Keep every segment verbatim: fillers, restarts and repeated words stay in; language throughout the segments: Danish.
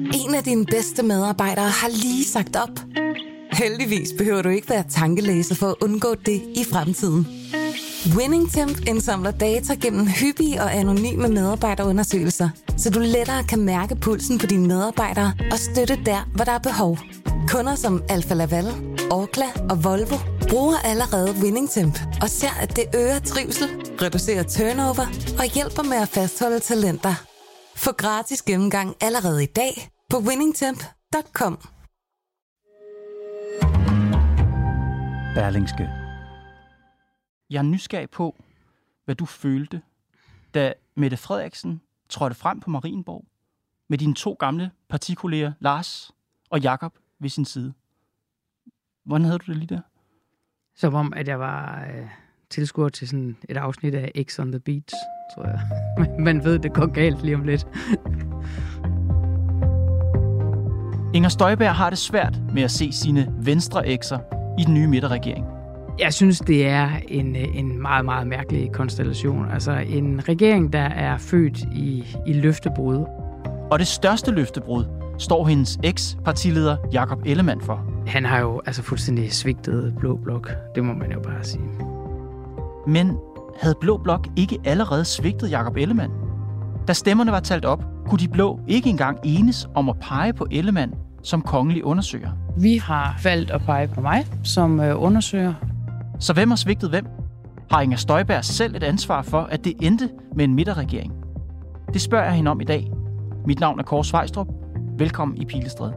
En af dine bedste medarbejdere har lige sagt op. Heldigvis behøver du ikke være tankelæser for at undgå det i fremtiden. WinningTemp indsamler data gennem hyppige og anonyme medarbejderundersøgelser, så du lettere kan mærke pulsen på dine medarbejdere og støtte der, hvor der er behov. Kunder som Alfa Laval, Orkla og Volvo bruger allerede WinningTemp og ser, at det øger trivsel, reducerer turnover og hjælper med at fastholde talenter. Få gratis gennemgang allerede i dag på winningtemp punktum com. Berlingske. Jeg er nysgerrig på, hvad du følte, da Mette Frederiksen trådte frem på Marienborg med dine to gamle partikolleger, Lars og Jakob, ved sin side. Hvordan havde du det lige der? Som om, at jeg var øh, tilskuer til sådan et afsnit af X on the Beach, tror jeg. Man ved, det går galt lige om lidt. Inger Støjberg har det svært med at se sine venstre ekser i den nye midterregering. Jeg synes, det er en, en meget, meget mærkelig konstellation. Altså en regering, der er født i, i løftebrud. Og det største løftebrud står hendes eks-partileder Jakob Ellemann for. Han har jo altså fuldstændig svigtet Blå Blok. Det må man jo bare sige. Men havde Blå Blok ikke allerede svigtet Jakob Ellemann? Da stemmerne var talt op, kunne de blå ikke engang enes om at pege på Ellemann som kongelig undersøger. Vi har valgt at pege på mig som øh, undersøger. Så hvem har svigtet hvem? Har Inger Støjberg selv et ansvar for, at det endte med en midterregering? Det spørger jeg hende om i dag. Mit navn er Kåre Svejstrup. Velkommen i Pilestræde.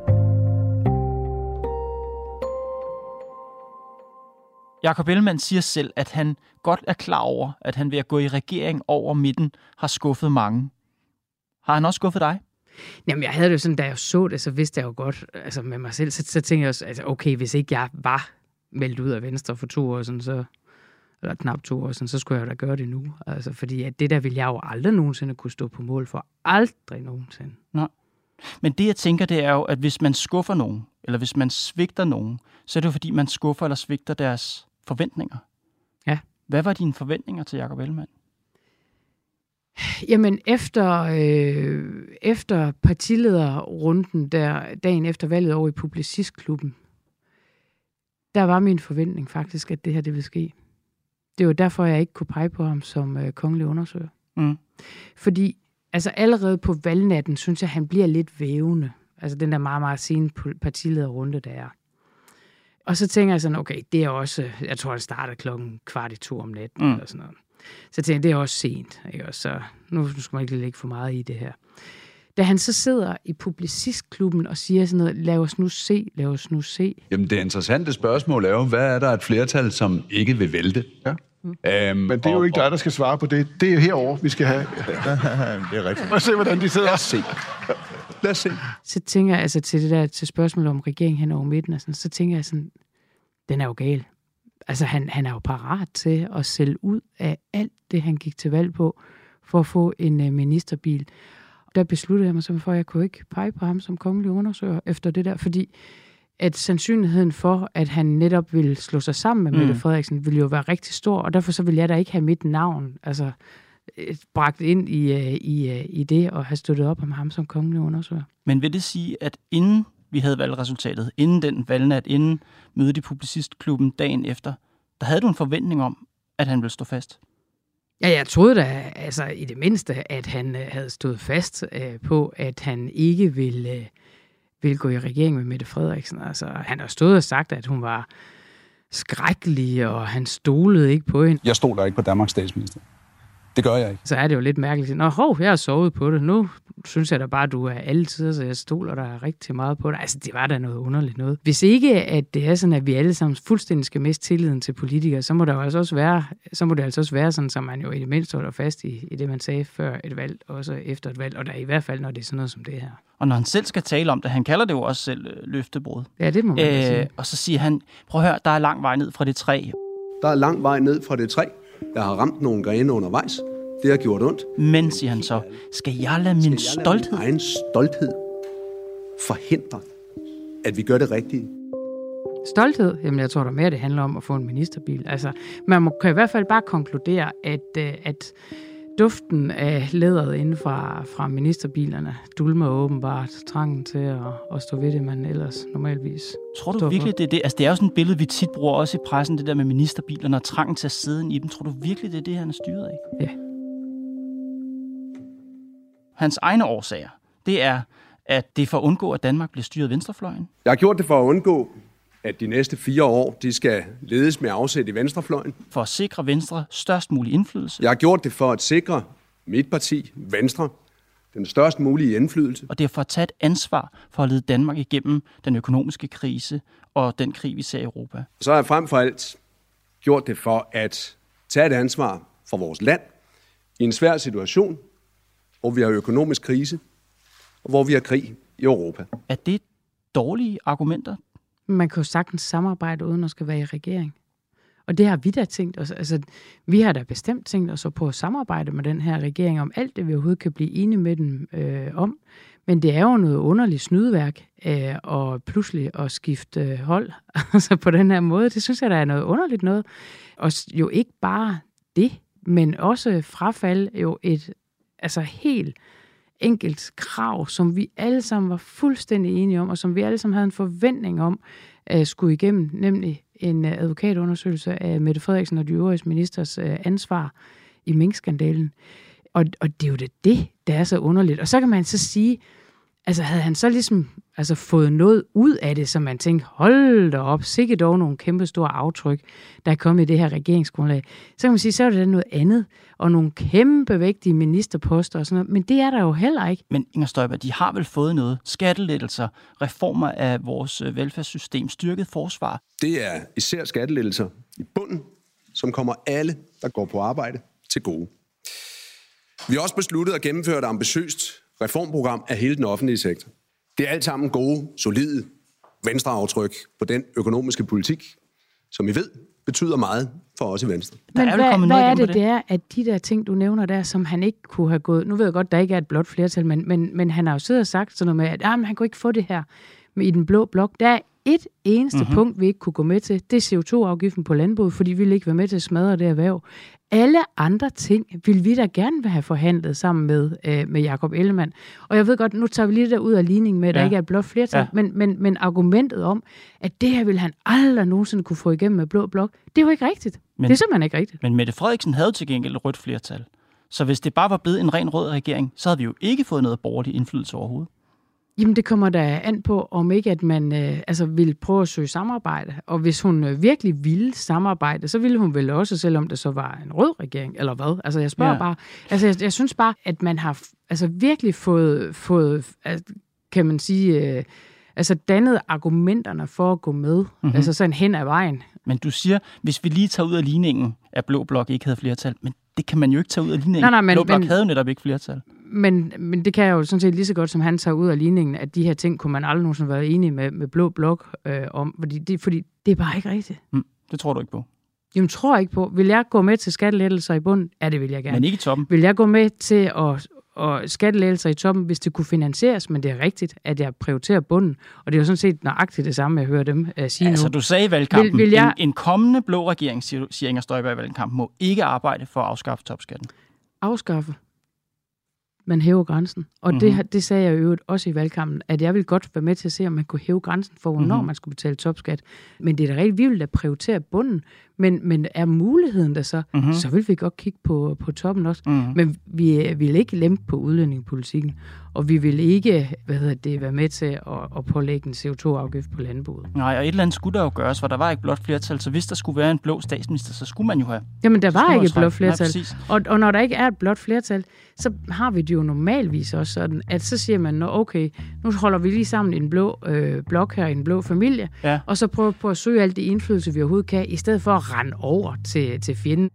Jakob Ellemann siger selv, at han godt er klar over, at han ved at gå i regering over midten har skuffet mange. Har han også skuffet dig? Jamen, jeg havde det jo sådan, da jeg så det, så vidste jeg jo godt, altså med mig selv, så, så tænkte jeg også, altså okay, hvis ikke jeg var meldt ud af Venstre for to år siden, så, eller knap to år siden, så skulle jeg jo da gøre det nu. Altså, fordi at det der ville jeg jo aldrig nogensinde kunne stå på mål for. Aldrig nogensinde. Nej. Men det, jeg tænker, det er jo, at hvis man skuffer nogen, eller hvis man svigter nogen, så er det jo, fordi man skuffer eller svigter deres forventninger. Ja. Hvad var dine forventninger til Jakob Ellemann? Jamen, efter, øh, efter partilederrunden, der dagen efter valget over i Publicistklubben, der var min forventning faktisk, at det her det ville ske. Det var derfor, jeg ikke kunne pege på ham som øh, kongelig undersøger. Mm. Fordi altså allerede på valgnatten, synes jeg, han bliver lidt vævende. Altså den der meget, meget sene partilederrunde, der er. Og så tænker jeg sådan, okay, det er også, jeg tror, det starter klokken kvart i to om natten, mm. eller sådan noget. Så tænker jeg, det er også sent. Ikke? Og så, nu skal man ikke lægge for meget i det her. Da han så sidder i Publicistklubben og siger sådan noget, lad os nu se, lad os nu se. Jamen det interessante spørgsmål er jo, hvad er der et flertal, som ikke vil vælte? Ja. Mm. Øhm, Men det er jo og, ikke dig, der skal svare på det. Det er jo herovre, vi skal have. Det er rigtigt. Og se, hvordan de sidder. Lad os se. Lad os se. Så tænker jeg altså til det der til spørgsmålet om regeringen hen over midten, og sådan, så tænker jeg sådan, den er jo gal. Altså han, han er jo parat til at sælge ud af alt det, han gik til valg på, for at få en uh, ministerbil. Der besluttede jeg mig så for, at jeg kunne ikke pege på ham som kongelig undersøger efter det der, fordi at sandsynligheden for, at han netop ville slå sig sammen med mm. Mette Frederiksen, ville jo være rigtig stor, og derfor så ville jeg da ikke have mit navn altså, bragt ind i, i, i det, og have støttet op om ham som kongelig undersøger. Men vil det sige, at inden vi havde valgresultatet, inden den valgnat, inden mødet i Publicistklubben dagen efter, der havde du en forventning om, at han ville stå fast? Ja, jeg troede da altså, i det mindste, at han øh, havde stået fast øh, på, at han ikke ville, øh, ville gå i regering med Mette Frederiksen. Altså, han har stået og sagt, at hun var skrækkelig, og han stolede ikke på hende. Jeg stoler ikke på Danmarks statsminister. Det gør jeg ikke. Så er det jo lidt mærkeligt. Nå, hov, jeg har sovet på det. Nu synes jeg da bare, at du er altid, så jeg stoler der rigtig meget på det. Altså, det var da noget underligt noget. Hvis ikke, at det er sådan, at vi alle sammen fuldstændig skal miste tilliden til politikere, så må der altså også være, så må det altså også være sådan, så man jo i det mindste holder fast i, i det, man sagde før et valg, også efter et valg, og der i hvert fald, når det er sådan noget som det her. Og når han selv skal tale om det, han kalder det jo også selv øh, løftebrud. Ja, det må man øh, sige. Og så siger han, prøv at høre, der er lang vej ned fra det træ. Der er lang vej ned fra det træ. Jeg har ramt nogle grene undervejs. Det har gjort ondt. Men, siger han så, skal jeg lade min skal jeg stolthed... Lade min egen stolthed forhindre, at vi gør det rigtige? Stolthed? Jamen, jeg tror da mere, det handler om at få en ministerbil. Altså, man må, kan i hvert fald bare konkludere, at, at duften af læderet inden fra, fra ministerbilerne dulmer åbenbart trangen til at, at stå ved det, man ellers normalvis Tror du virkelig, det er det? Altså, det er jo sådan et billede, vi tit bruger også i pressen, det der med ministerbilerne og trangen til at sidde i dem. Tror du virkelig, det er det, han er styret af? Ja. Hans egne årsager, det er, at det er for at undgå, at Danmark bliver styret venstrefløjen. Jeg har gjort det for at undgå, at de næste fire år, de skal ledes med afsæt i venstrefløjen. For at sikre Venstre størst mulig indflydelse. Jeg har gjort det for at sikre mit parti, Venstre, den størst mulige indflydelse. Og det er for at tage et ansvar for at lede Danmark igennem den økonomiske krise og den krig, vi ser i Europa. Så har jeg frem for alt gjort det for at tage et ansvar for vores land i en svær situation, hvor vi har økonomisk krise, og hvor vi har krig i Europa. Er det dårlige argumenter? Man kan jo sagtens samarbejde, uden at skal være i regering. Og det har vi da tænkt os. Altså, vi har da bestemt tænkt os på at samarbejde med den her regering om alt det, vi overhovedet kan blive enige med dem øh, om. Men det er jo noget underligt snydværk øh, og pludselig at skifte øh, hold altså på den her måde. Det synes jeg, der er noget underligt noget. Og jo ikke bare det, men også frafald jo et altså helt enkelt krav, som vi alle sammen var fuldstændig enige om, og som vi alle sammen havde en forventning om at skulle igennem, nemlig en advokatundersøgelse af Mette Frederiksen og de øvrige ministers ansvar i minkskandalen. Og, og det er jo det, det, der er så underligt. Og så kan man så sige, altså havde han så ligesom altså fået noget ud af det, så man tænkte, hold da op, sikke dog nogle kæmpe store aftryk, der er kommet i det her regeringsgrundlag. Så kan man sige, så er det noget andet, og nogle kæmpe vigtige ministerposter og sådan noget, men det er der jo heller ikke. Men Inger Støjberg, de har vel fået noget? Skattelettelser, reformer af vores velfærdssystem, styrket forsvar. Det er især skattelettelser i bunden, som kommer alle, der går på arbejde, til gode. Vi har også besluttet at gennemføre et ambitiøst reformprogram af hele den offentlige sektor. Det er alt sammen gode, solide venstreaftryk på den økonomiske politik, som I ved, betyder meget for os i Venstre. Men hvad, hvad er det, det, det er, at de der ting, du nævner der, som han ikke kunne have gået... Nu ved jeg godt, der ikke er et blot flertal, men, men, men han har jo siddet og sagt sådan noget med, at ah, han kunne ikke få det her med i den blå blok. Der er et eneste mm-hmm. punkt, vi ikke kunne gå med til. Det er C O to afgiften på landbruget, fordi vi ville ikke være med til at smadre det erhverv. Alle andre ting vil vi da gerne have forhandlet sammen med, øh, med Jakob Ellemann. Og jeg ved godt, nu tager vi lige der ud af ligningen med, at ja. der ikke er et blot flertal, ja. men, men, men argumentet om, at det her ville han aldrig nogensinde kunne få igennem med blå blok, det er jo ikke rigtigt. Men, det er simpelthen ikke rigtigt. Men Mette Frederiksen havde til gengæld et rødt flertal. Så hvis det bare var blevet en ren rød regering, så havde vi jo ikke fået noget borgerlig indflydelse overhovedet. Jamen, det kommer da an på, om ikke at man øh, altså ville prøve at søge samarbejde. Og hvis hun øh, virkelig ville samarbejde, så ville hun vel også, selvom det så var en rød regering, eller hvad? Altså, jeg spørger ja. bare. Altså, jeg, jeg synes bare, at man har altså virkelig fået, fået kan man sige, øh, altså dannet argumenterne for at gå med. Mm-hmm. Altså sådan hen ad vejen. Men du siger, hvis vi lige tager ud af ligningen, at Blå Blok ikke havde flertal, men det kan man jo ikke tage ud af ligningen. Nej, nej, men, Blå Blok men, havde jo netop ikke flertal. Men, men det kan jeg jo sådan set lige så godt, som han tager ud af ligningen, at de her ting kunne man aldrig nogensinde være enige med, med Blå Blok øh, om, fordi det, fordi det er bare ikke rigtigt. Mm, det tror du ikke på? Jamen, tror jeg ikke på. Vil jeg gå med til skattelettelser i bunden? Ja, det vil jeg gerne. Men ikke i toppen? Vil jeg gå med til at og skattelettelser i toppen, hvis det kunne finansieres, men det er rigtigt, at jeg prioriterer bunden. Og det er jo sådan set nøjagtigt det samme, jeg hører dem uh, sige altså, nu. Altså, du sagde i valgkampen, vil, vil jeg... en, en kommende blå regering, siger, siger Inger Støjberg i valgkampen, må ikke arbejde for at afskaffe topskatten. Afskaffe? Man hæver grænsen. Og mm-hmm. det, det sagde jeg jo også i valgkampen, at jeg ville godt være med til at se, om man kunne hæve grænsen for, hvornår mm-hmm. man skulle betale topskat. Men det er da rigtigt, vi vil da prioritere bunden. Men, men er muligheden der så, mm-hmm. så vil vi godt kigge på, på toppen også. Mm-hmm. Men vi vil ikke lempe på udlændingepolitikken. Og vi vil ikke, hvad hedder det, være med til at, at pålægge en C O to afgift på landbruget. Nej, og et eller andet skulle der jo gøres, for der var ikke blot flertal. Så hvis der skulle være en blå statsminister, så skulle man jo have... Jamen, der var ikke et blot flertal. Nej, og, og når der ikke er et blot flertal, så har vi det jo normalvis også sådan, at så siger man, nå okay, nu holder vi lige sammen en blå øh, blok her, en blå familie, ja. Og så prøver på at søge alt det indflydelse, vi overhovedet kan, i stedet for at rende over til, til fjenden.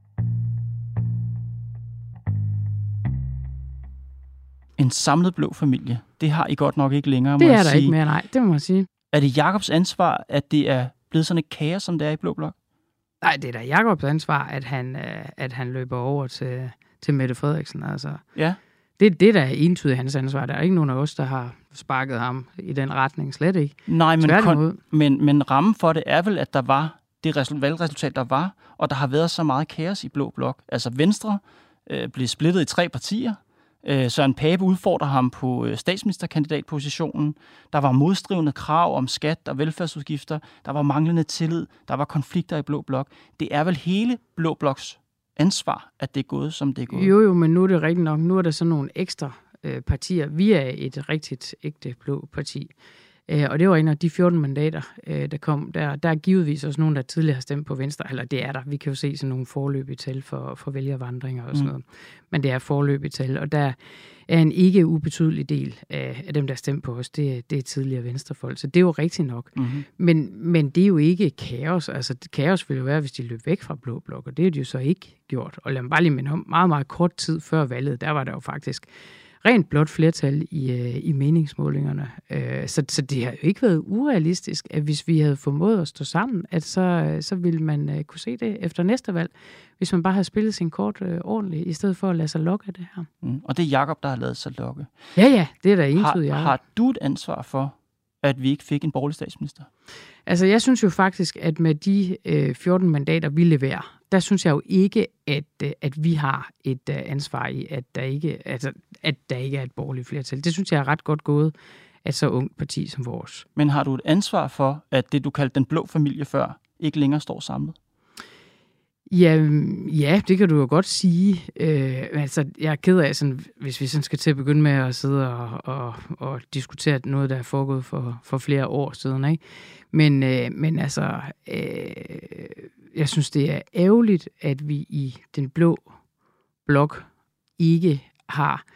En samlet blå familie, det har I godt nok ikke længere, må det er jeg der sige. Ikke mere, nej, det må man sige. Er det Jakobs ansvar, at det er blevet sådan et kaos, som det er i Blå Blok? Nej, det er da Jakobs ansvar, at han, at han løber over til, til Mette Frederiksen. Altså, ja. Det, det der er entydigt hans ansvar. Der er ikke nogen af os, der har sparket ham i den retning, slet ikke. Nej, men, kon- men, men rammen for det er vel, at der var det valgresultat, der var, og der har været så meget kaos i Blå Blok. Altså Venstre øh, blev splittet i tre partier. Øh, Søren Pape udfordrer ham på øh, statsministerkandidatpositionen. Der var modstridende krav om skat og velfærdsudgifter. Der var manglende tillid. Der var konflikter i Blå Blok. Det er vel hele Blå Bloks ansvar, at det er gået, som det er gået. Jo, jo, men nu er det rigtigt nok. Nu er der sådan nogle ekstra øh, partier. Vi er et rigtigt ægte blå parti. Øh, og det var en af de fjorten mandater, øh, der kom. Der, der er givetvis også nogen, der tidligere har stemt på Venstre. Eller det er der. Vi kan jo se sådan nogle forløbige tal for, for vælgervandringer og sådan mm. noget. Men det er forløbige tal. Og der er en ikke ubetydelig del af, af dem, der har stemt på os. Det, det er tidligere venstrefolk. Så det er jo rigtigt nok. Mm-hmm. Men, men det er jo ikke kaos. Altså kaos ville jo være, hvis de løb væk fra Blå Blok. Og det har de jo så ikke gjort. Og lad mig bare lige minde om, meget, meget kort tid før valget, der var der jo faktisk rent blot flertal i, øh, i meningsmålingerne. Øh, så, så det har jo ikke været urealistisk, at hvis vi havde formået at stå sammen, at så, så ville man øh, kunne se det efter næste valg, hvis man bare havde spillet sin kort øh, ordentligt, i stedet for at lade sig lokke af det her. Mm. Og det er Jakob, der har lavet sig lokke. Ja, ja, det er da entydigt, Jakob. Har du et ansvar for, at vi ikke fik en borgerlig statsminister? Altså, jeg synes jo faktisk, at med de øh, fjorten mandater, vi leverer, der synes jeg jo ikke, at, at vi har et uh, ansvar i, at der, ikke, altså, at der ikke er et borgerligt flertal. Det synes jeg er ret godt gået, at så ungt parti som vores. Men har du et ansvar for, at det, du kaldte den blå familie før, ikke længere står samlet? Ja, ja, det kan du jo godt sige. Øh, altså, jeg er ked af, sådan, hvis vi sådan skal til at begynde med at sidde og, og, og diskutere noget, der er foregået for, for flere år siden. Ikke? Men, øh, men altså, øh, jeg synes, det er ærgerligt, at vi i den blå blok ikke har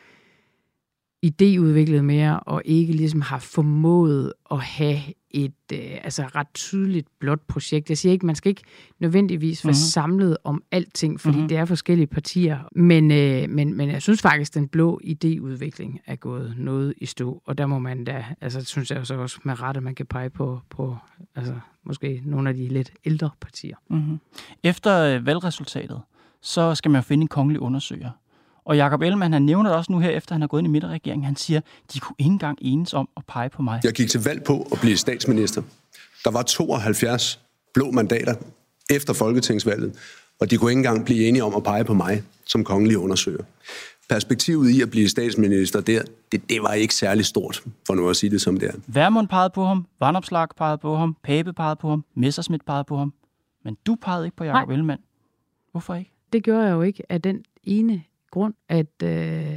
idéudviklet mere, og ikke ligesom har formået at have et øh, altså ret tydeligt blåt projekt. Jeg siger ikke, man skal ikke nødvendigvis være mm-hmm. samlet om alting, fordi mm-hmm. det er forskellige partier. Men, øh, men, men jeg synes faktisk, at den blå idéudvikling er gået noget i stå. Og der må man da, altså synes jeg så også med rette, man kan pege på, på altså, måske nogle af de lidt ældre partier. Mm-hmm. Efter øh, valgresultatet, så skal man finde en kongelig undersøger. Og Jakob Ellemann, han nævner også nu her, efter han har gået ind i midterregeringen, han siger, de kunne ikke engang enes om at pege på mig. Jeg gik til valg på at blive statsminister. Der var tooghalvfjerds blå mandater efter folketingsvalget, og de kunne ikke engang blive enige om at pege på mig som kongelig undersøger. Perspektivet i at blive statsminister der, det, det var ikke særlig stort, for nu at sige det som det er. Vermund pegede på ham, Vanopslagh pegede på ham, Pape pegede på ham, Messerschmidt pegede på ham. Men du pegede ikke på Jakob Ellemann. Hvorfor ikke? Det gjorde jeg jo ikke af den ene grund, at, øh,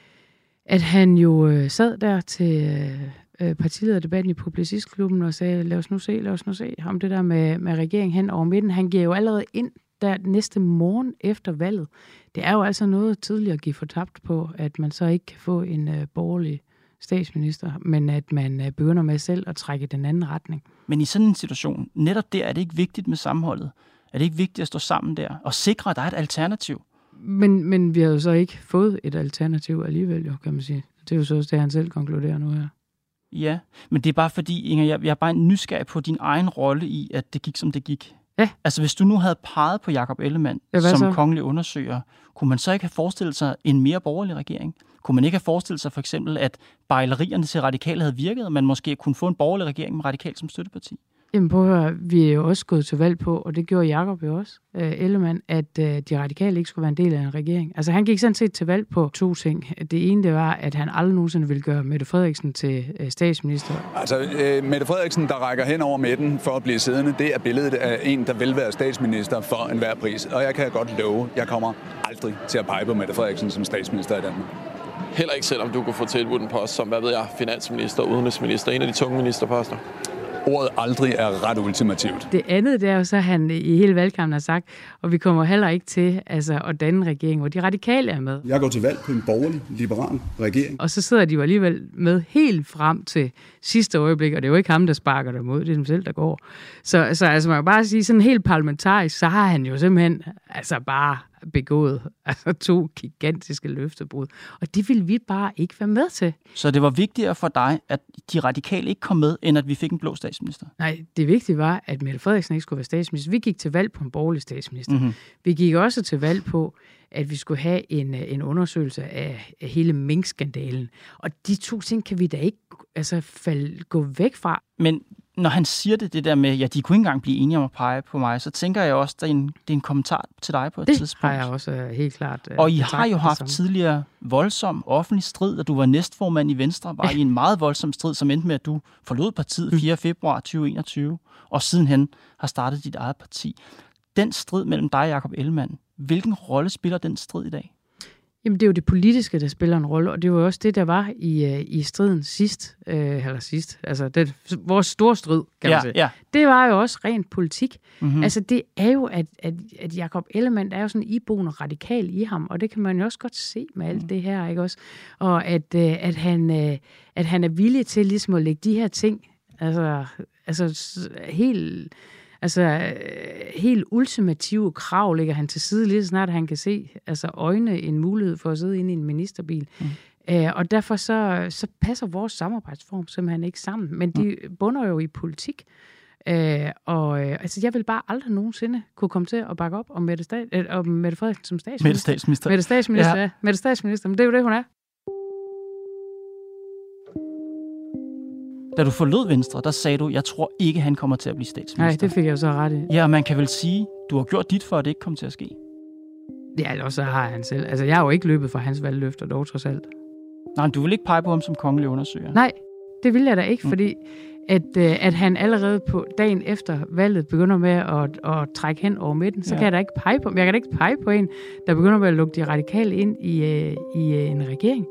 at han jo øh, sad der til øh, partilederdebatten i Publicistklubben og sagde, lad os nu se, lad os nu se om det der med, med regeringen hen over midten. Han giver jo allerede ind der næste morgen efter valget. Det er jo altså noget tidligere at give fortabt på, at man så ikke kan få en øh, borgerlig statsminister, men at man øh, begynder med selv at trække i den anden retning. Men i sådan en situation, netop der er det ikke vigtigt med sammenholdet. Er det ikke vigtigt at stå sammen der og sikre, at der er et alternativ? Men, men vi har jo så ikke fået et alternativ alligevel, jo, kan man sige. Det er jo så også det, han selv konkluderer nu her. Ja, men det er bare fordi, Inger, jeg, jeg er bare nysgerrig på din egen rolle i, at det gik, som det gik. Ja. Altså, hvis du nu havde peget på Jakob Ellemann ja, som så? kongelig undersøger, kunne man så ikke have forestillet sig en mere borgerlig regering? Kunne man ikke have forestillet sig for eksempel, at bejlerierne til Radikale havde virket, og man måske kunne få en borgerlig regering med Radikale som støtteparti? Jamen prøv at høre, vi er jo også gået til valg på, og det gjorde Jakob jo også, øh, Ellemann, at øh, de radikale ikke skulle være en del af en regering. Altså han gik sådan set til valg på to ting. Det ene, det var, at han aldrig nogensinde ville gøre Mette Frederiksen til øh, statsminister. Altså øh, Mette Frederiksen, der rækker hen over midten for at blive siddende, det er billedet af en, der vil være statsminister for enhver pris. Og jeg kan godt love, jeg kommer aldrig til at pege på Mette Frederiksen som statsminister i Danmark. Heller ikke selvom du kunne få tilbudt en post som, hvad ved jeg, finansminister, udenrigsminister, en af de tunge ministerposter. Ordet aldrig er ret ultimativt. Det andet, det er jo så, han i hele valgkampen har sagt, og vi kommer heller ikke til altså, at danne en regering, hvor de radikale er med. Jeg går til valg på en borgerlig, liberal regering. Og så sidder de jo alligevel med helt frem til sidste øjeblik, og det er jo ikke ham, der sparker dem ud, det er dem selv, der går. Så, så altså, man kan bare sige, sådan helt parlamentarisk, så har han jo simpelthen altså bare begået altså to gigantiske løftebrud. Og det ville vi bare ikke være med til. Så det var vigtigere for dig, at de radikale ikke kom med, end at vi fik en blå statsminister? Nej, det vigtige var, at Mette Frederiksen ikke skulle være statsminister. Vi gik til valg på en borgerlig statsminister. Mm-hmm. Vi gik også til valg på, at vi skulle have en, en undersøgelse af, af hele minkskandalen. Og de to ting kan vi da ikke altså, falde, gå væk fra. Men når han siger det, det der med, ja, de kunne ikke engang blive enige om at pege på mig, så tænker jeg også, at det er en, det er en kommentar til dig på et det tidspunkt. Det har jeg også uh, helt klart. Uh, og I har jo haft tidligere voldsom offentlig strid, og du var næstformand i Venstre, var i en meget voldsom strid, som endte med, at du forlod partiet fjerde februar tyve enogtyve, og sidenhen har startet dit eget parti. Den strid mellem dig og Jakob Ellemann, hvilken rolle spiller den strid i dag? Jamen, det er jo det politiske, der spiller en rolle, og det var også det, der var i, i striden sidst, øh, eller sidst, altså det, vores store strid, kan ja, man sige. Ja. Det var jo også rent politik. Mm-hmm. Altså, det er jo, at, at, at Jakob Ellemann, der er jo sådan iboende radikal i ham, og det kan man jo også godt se med alt mm. det her, ikke også? Og at, øh, at, han, øh, at han er villig til ligesom at lægge de her ting, altså, altså helt... Altså, helt ultimative krav lægger han til side, lige så snart han kan se altså, øjne en mulighed for at sidde inde i en ministerbil. Mm. Æ, og derfor så, så passer vores samarbejdsform simpelthen ikke sammen. Men de bunder jo i politik. Æ, og altså, jeg vil bare aldrig nogensinde kunne komme til at bakke op om Mette, Sta- øh, om Mette Frederiksen som statsminister. Mette statsminister. Mette statsminister, ja. Mette statsminister, men det er jo det, hun er. Da du forlod Venstre, der sagde du, jeg tror ikke, han kommer til at blive statsminister. Nej, det fik jeg jo så ret i. Ja, og man kan vel sige, du har gjort dit for, at det ikke kommer til at ske. Ja, eller også har han selv. Altså, jeg har jo ikke løbet fra hans valgløfter, dog trods alt. Nej, du vil ikke pege på ham som kongelig undersøger? Nej, det vil jeg da ikke, mm. fordi at, at han allerede på dagen efter valget begynder med at, at trække hen over midten, så ja. kan jeg da ikke pege på Jeg kan da ikke pege på en, der begynder med at lukke de radikale ind i, i en regering.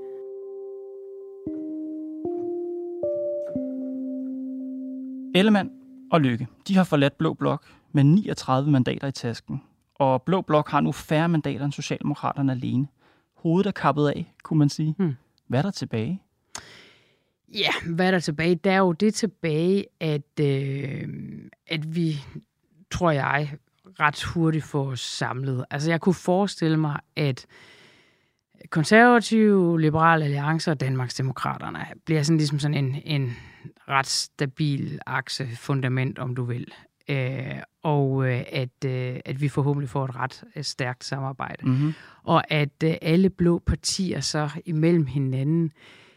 Ellemann og Løkke, de har forladt Blå Blok med niogtredive mandater i tasken. Og Blå Blok har nu færre mandater end Socialdemokraterne alene. Hovedet er kappet af, kunne man sige. Hmm. Hvad er der tilbage? Ja, hvad er der tilbage? Der er jo det tilbage, at, øh, at vi, tror jeg, ret hurtigt får samlet. Altså, jeg kunne forestille mig, at Konservative, Liberale Alliance og Danmarksdemokraterne bliver sådan ligesom sådan en, en ret stabil akse, fundament, om du vil. Øh, og øh, at, øh, at vi forhåbentlig får et ret øh, stærkt samarbejde. Mm-hmm. Og at øh, alle blå partier så imellem hinanden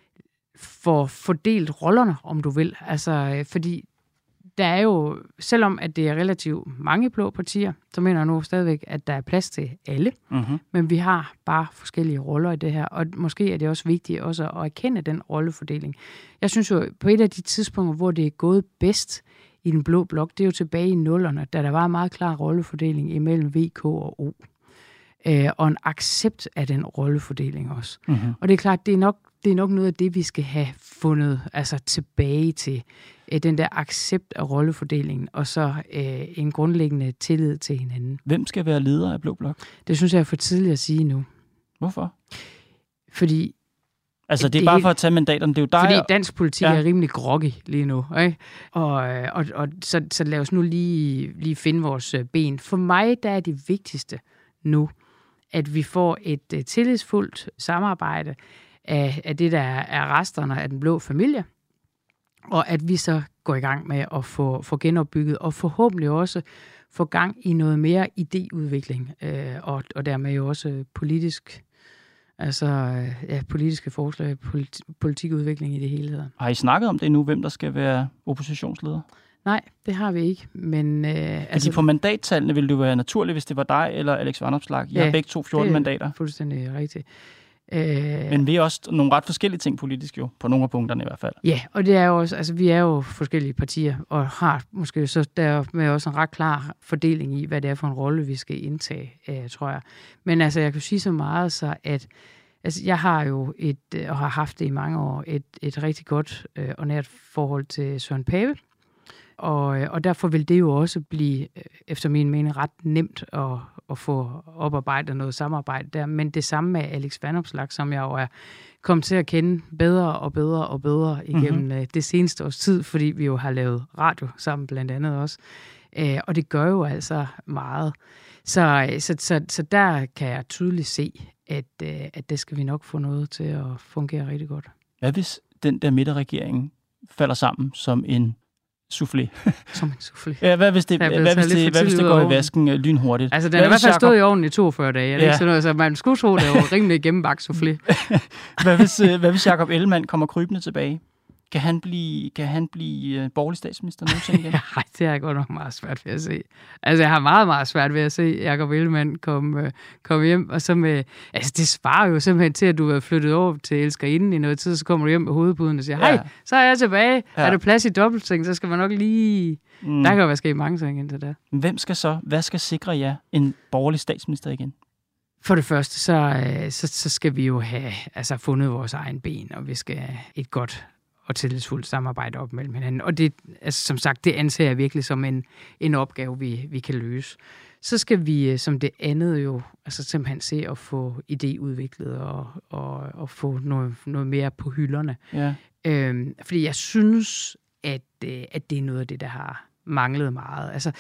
får fordelt rollerne, om du vil. Altså, øh, fordi der er jo, selvom at det er relativt mange blå partier, så mener jeg nu stadigvæk, at der er plads til alle. Mm-hmm. Men vi har bare forskellige roller i det her, og måske er det også vigtigt også at erkende den rollefordeling. Jeg synes jo, på et af de tidspunkter, hvor det er gået bedst i den blå blok, det er jo tilbage i nullerne, da der var en meget klar rollefordeling imellem V K og O. Øh, og en accept af den rollefordeling også. Mm-hmm. Og det er klart, det er nok det er nok noget af det, vi skal have fundet altså tilbage til. Øh, den der accept af rollefordelingen, og så øh, en grundlæggende tillid til hinanden. Hvem skal være leder af Blå Blok? Det synes jeg er for tidligt at sige nu. Hvorfor? Fordi... Altså, det er bare for at tage mandaterne, det er jo dig... Fordi dansk politik ja. er rimelig groggy lige nu, ikke? Og, og, og så, så lad os nu lige, lige finde vores ben. For mig, der er det vigtigste nu, at vi får et uh, tillidsfuldt samarbejde af, af det, der er resterne af den blå familie, og at vi så går i gang med at få, få genopbygget, og forhåbentlig også få gang i noget mere idéudvikling, øh, og, og dermed jo også politisk, altså ja, politiske forslag, politi- politikudvikling i det hele taget. Har I snakket om det nu, hvem der skal være oppositionsleder? Nej, det har vi ikke, men... Øh, Fordi altså, på mandattallene ville det være naturligt, hvis det var dig eller Alex Vanopslagh. I ja, har begge to fjorten mandater. Det er fuldstændig rigtigt. Øh, Men vi er også nogle ret forskellige ting politisk jo, på nogle af punkterne i hvert fald. Ja, og det er jo også, altså vi er jo forskellige partier, og har måske så dermed også en ret klar fordeling i, hvad det er for en rolle, vi skal indtage, øh, tror jeg. Men altså, jeg kan sige så meget, så at altså, jeg har jo et, og har haft det i mange år, et, et rigtig godt øh, og nært forhold til Søren Pape. Og, og derfor vil det jo også blive, efter min mening, ret nemt at, at få oparbejdet noget samarbejde der. Men det samme med Alex Vanopslagh, som jeg jo er kommet til at kende bedre og bedre og bedre igennem mm-hmm. det seneste års tid, fordi vi jo har lavet radio sammen blandt andet også. Og det gør jo altså meget. Så, så, så, så der kan jeg tydeligt se, at, at det skal vi nok få noget til at fungere rigtig godt. Hvad hvis den der midterregering falder sammen som en soufflé? Som en soufflé. Ja, hvad hvis det, hvad hvis det, hvad hvis det går i vasken lynhurtigt? Altså, den er i hvert fald stået i ovnen i toogfyrre dage. Er det ja. ikke sådan noget? Så man skulle tro, det var rimelig gennembagt soufflé. hvad, hvis, hvad hvis Jakob Ellemann kommer krybende tilbage? Kan han blive, kan han blive uh, borgerlig statsminister nogensinde igen? Nej, det har jeg godt nok meget svært ved at se. Altså, jeg har meget, meget svært ved at se Jakob Ellemann komme, uh, komme hjem, og så med... Altså, det svarer jo simpelthen til, at du er flyttet over til Elskerinden i noget tid, så kommer du hjem med hovedpuden og siger, hej, ja. så er jeg tilbage. Ja. Er der plads i dobbeltseng, så skal man nok lige... Mm. Der kan jo være sket mange ting indtil der. Hvem skal så, hvad skal sikre jer en borgerlig statsminister igen? For det første, så, så, så skal vi jo have altså, fundet vores egen ben, og vi skal have et godt og tillidsfuldt samarbejde op mellem hinanden. Og det, altså, som sagt, det anser jeg virkelig som en, en opgave, vi, vi kan løse. Så skal vi som det andet jo altså, simpelthen se at få idéudviklet og, og, og få noget, noget mere på hylderne. Ja. Øhm, fordi jeg synes, at, at det er noget af det, der har manglet meget. Altså,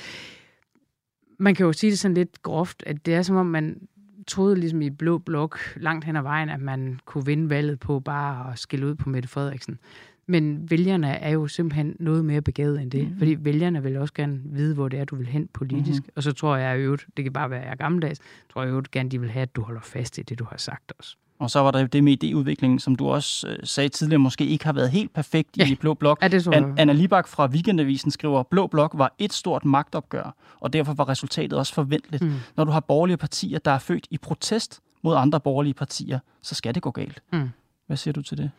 man kan jo sige det sådan lidt groft, at det er som om, man troede ligesom i Blå Blok langt hen ad vejen, at man kunne vinde valget på bare at skille ud på Mette Frederiksen. Men vælgerne er jo simpelthen noget mere begavet end det. Mm-hmm. Fordi vælgerne vil også gerne vide, hvor det er, du vil hen politisk. Mm-hmm. Og så tror jeg jo, det kan bare være jeg gammeldags, tror jeg jo gerne, de vil have, at du holder fast i det, du har sagt også. Og så var der det med idéudviklingen, som du også øh, sagde tidligere, måske ikke har været helt perfekt ja. i Blå Blok. Ja, det tror jeg. An- Anna Libak fra Weekendavisen skriver, Blå Blok var et stort magtopgør, og derfor var resultatet også forventeligt. Mm. Når du har borgerlige partier, der er født i protest mod andre borgerlige partier, så skal det gå galt. Mm. Hvad siger du til det?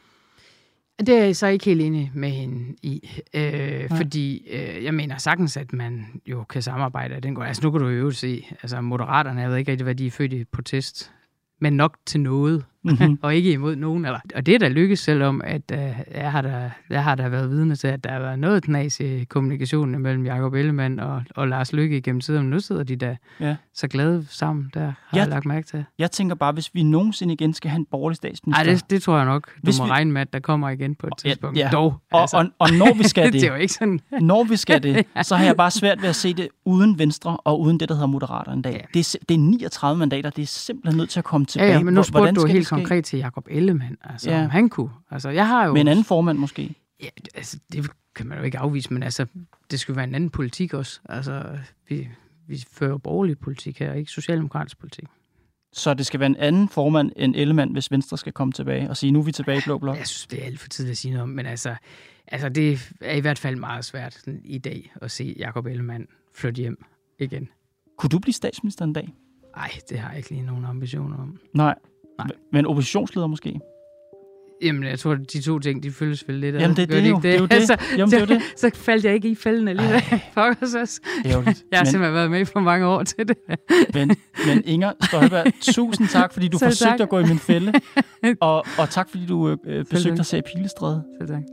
Det er jeg så ikke helt enig med hende i, øh, fordi øh, jeg mener sagtens, at man jo kan samarbejde. Den går. Altså nu kan du jo se, altså Moderaterne, jeg ved ikke rigtig, hvad de er født i protest, men nok til noget, mm-hmm. og ikke imod nogen. Eller, og det er da lykkes, selvom at, uh, jeg, har da, jeg har da været vidne til, at der har været noget knas i kommunikationen mellem Jakob Ellemann og, og Lars Løkke igennem tiden. Nu sidder de da ja. så glade sammen, der har jeg, jeg lagt mærke til. Jeg tænker bare, hvis vi nogensinde igen skal have en borgerlig statsminister... Nej, det, det tror jeg nok. Du hvis må vi... regne med, at der kommer igen på et tidspunkt. Ja, ja. Dog, og, altså. og, og når vi skal det, det er jo ikke sådan. når vi skal det, så har jeg bare svært ved at se det uden Venstre og uden det, der hedder Moderaterne en dag. Ja. Det, er, det er niogtredive mandater, det er simpelthen nødt til at komme tilbage. Ja, ja, men nu spurgte du helt konkret til Jakob Ellemann, altså ja. om han kunne. Altså, jeg har jo... Med en anden formand måske? Ja, altså, det kan man jo ikke afvise, men altså, det skulle være en anden politik også. Altså, vi, vi fører borgerlig politik her, ikke socialdemokratisk politik. Så det skal være en anden formand end Ellemann, hvis Venstre skal komme tilbage og sige, nu er vi tilbage i Blå Blok? Jeg synes, det er alt for tidligt at sige noget om, men altså, altså det er i hvert fald meget svært sådan, i dag at se Jakob Ellemann flytte hjem igen. Kunne du blive statsminister en dag? Nej, det har jeg ikke lige nogen ambitioner om. Nej. Nej. Men oppositionsleder måske? Jamen, jeg tror, de to ting, de følges vel lidt. Jamen, det, det, det, jo, det. det er jo det. Altså, Jamen, det er jo det. Så faldt jeg ikke i fælden alligevel. Fuck os også. Jeg har men, simpelthen været med for mange år til det. men, men Inger Støjberg, tusind tak, fordi du Selv forsøgte tak. at gå i min fælde. Og, og tak, fordi du øh, besøgte at se Pilestræde. Selv tak.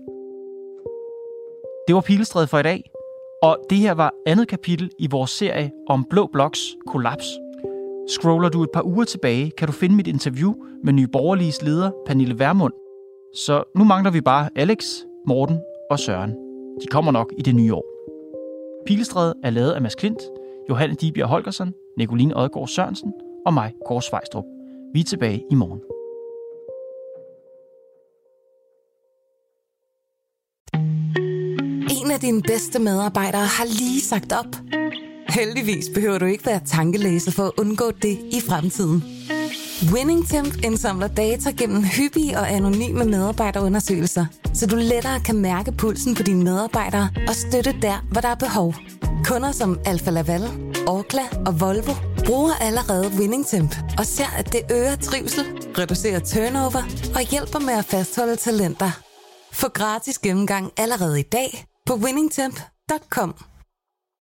Det var Pilestræde for i dag. Og det her var andet kapitel i vores serie om Blå Bloks kollaps. Scroller du et par uger tilbage, kan du finde mit interview med Nye Borgerliges leder, Pernille Vermund. Så nu mangler vi bare Alex, Morten og Søren. De kommer nok i det nye år. Pilestræde er lavet af Mads Klint, Johanne Dibjerg Holgersen, Nicoline Odgaard Sørensen og mig, Kåre Svejstrup. Vi er tilbage i morgen. En af dine bedste medarbejdere har lige sagt op. Heldigvis behøver du ikke være tankelæser for at undgå det i fremtiden. WinningTemp indsamler data gennem hyppige og anonyme medarbejderundersøgelser, så du lettere kan mærke pulsen på dine medarbejdere og støtte der, hvor der er behov. Kunder som Alfa Laval, Orkla og Volvo bruger allerede WinningTemp og ser, at det øger trivsel, reducerer turnover og hjælper med at fastholde talenter. Få gratis gennemgang allerede i dag på winningtemp punktum com.